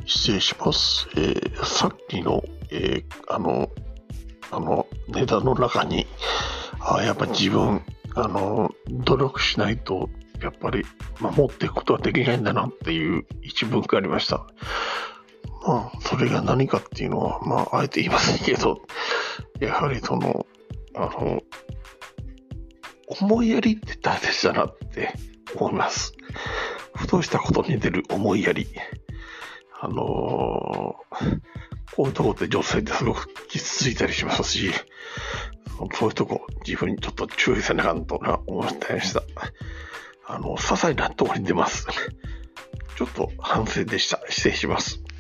失礼します。さっきの、ネタの中に、やっぱ自分、努力しないと、やっぱり守っていくことはできないんだなっていう一文がありました。それが何かっていうのは、あえて言いませんけど、やはり思いやりって大切だなって思います。ふとしたことに出る思いやり。こういうとこって女性ってすごく傷ついたりしますし、そういうとこ自分にちょっと注意せなあかんと思いました。些細なところに出ます。ちょっと反省でした。失礼します。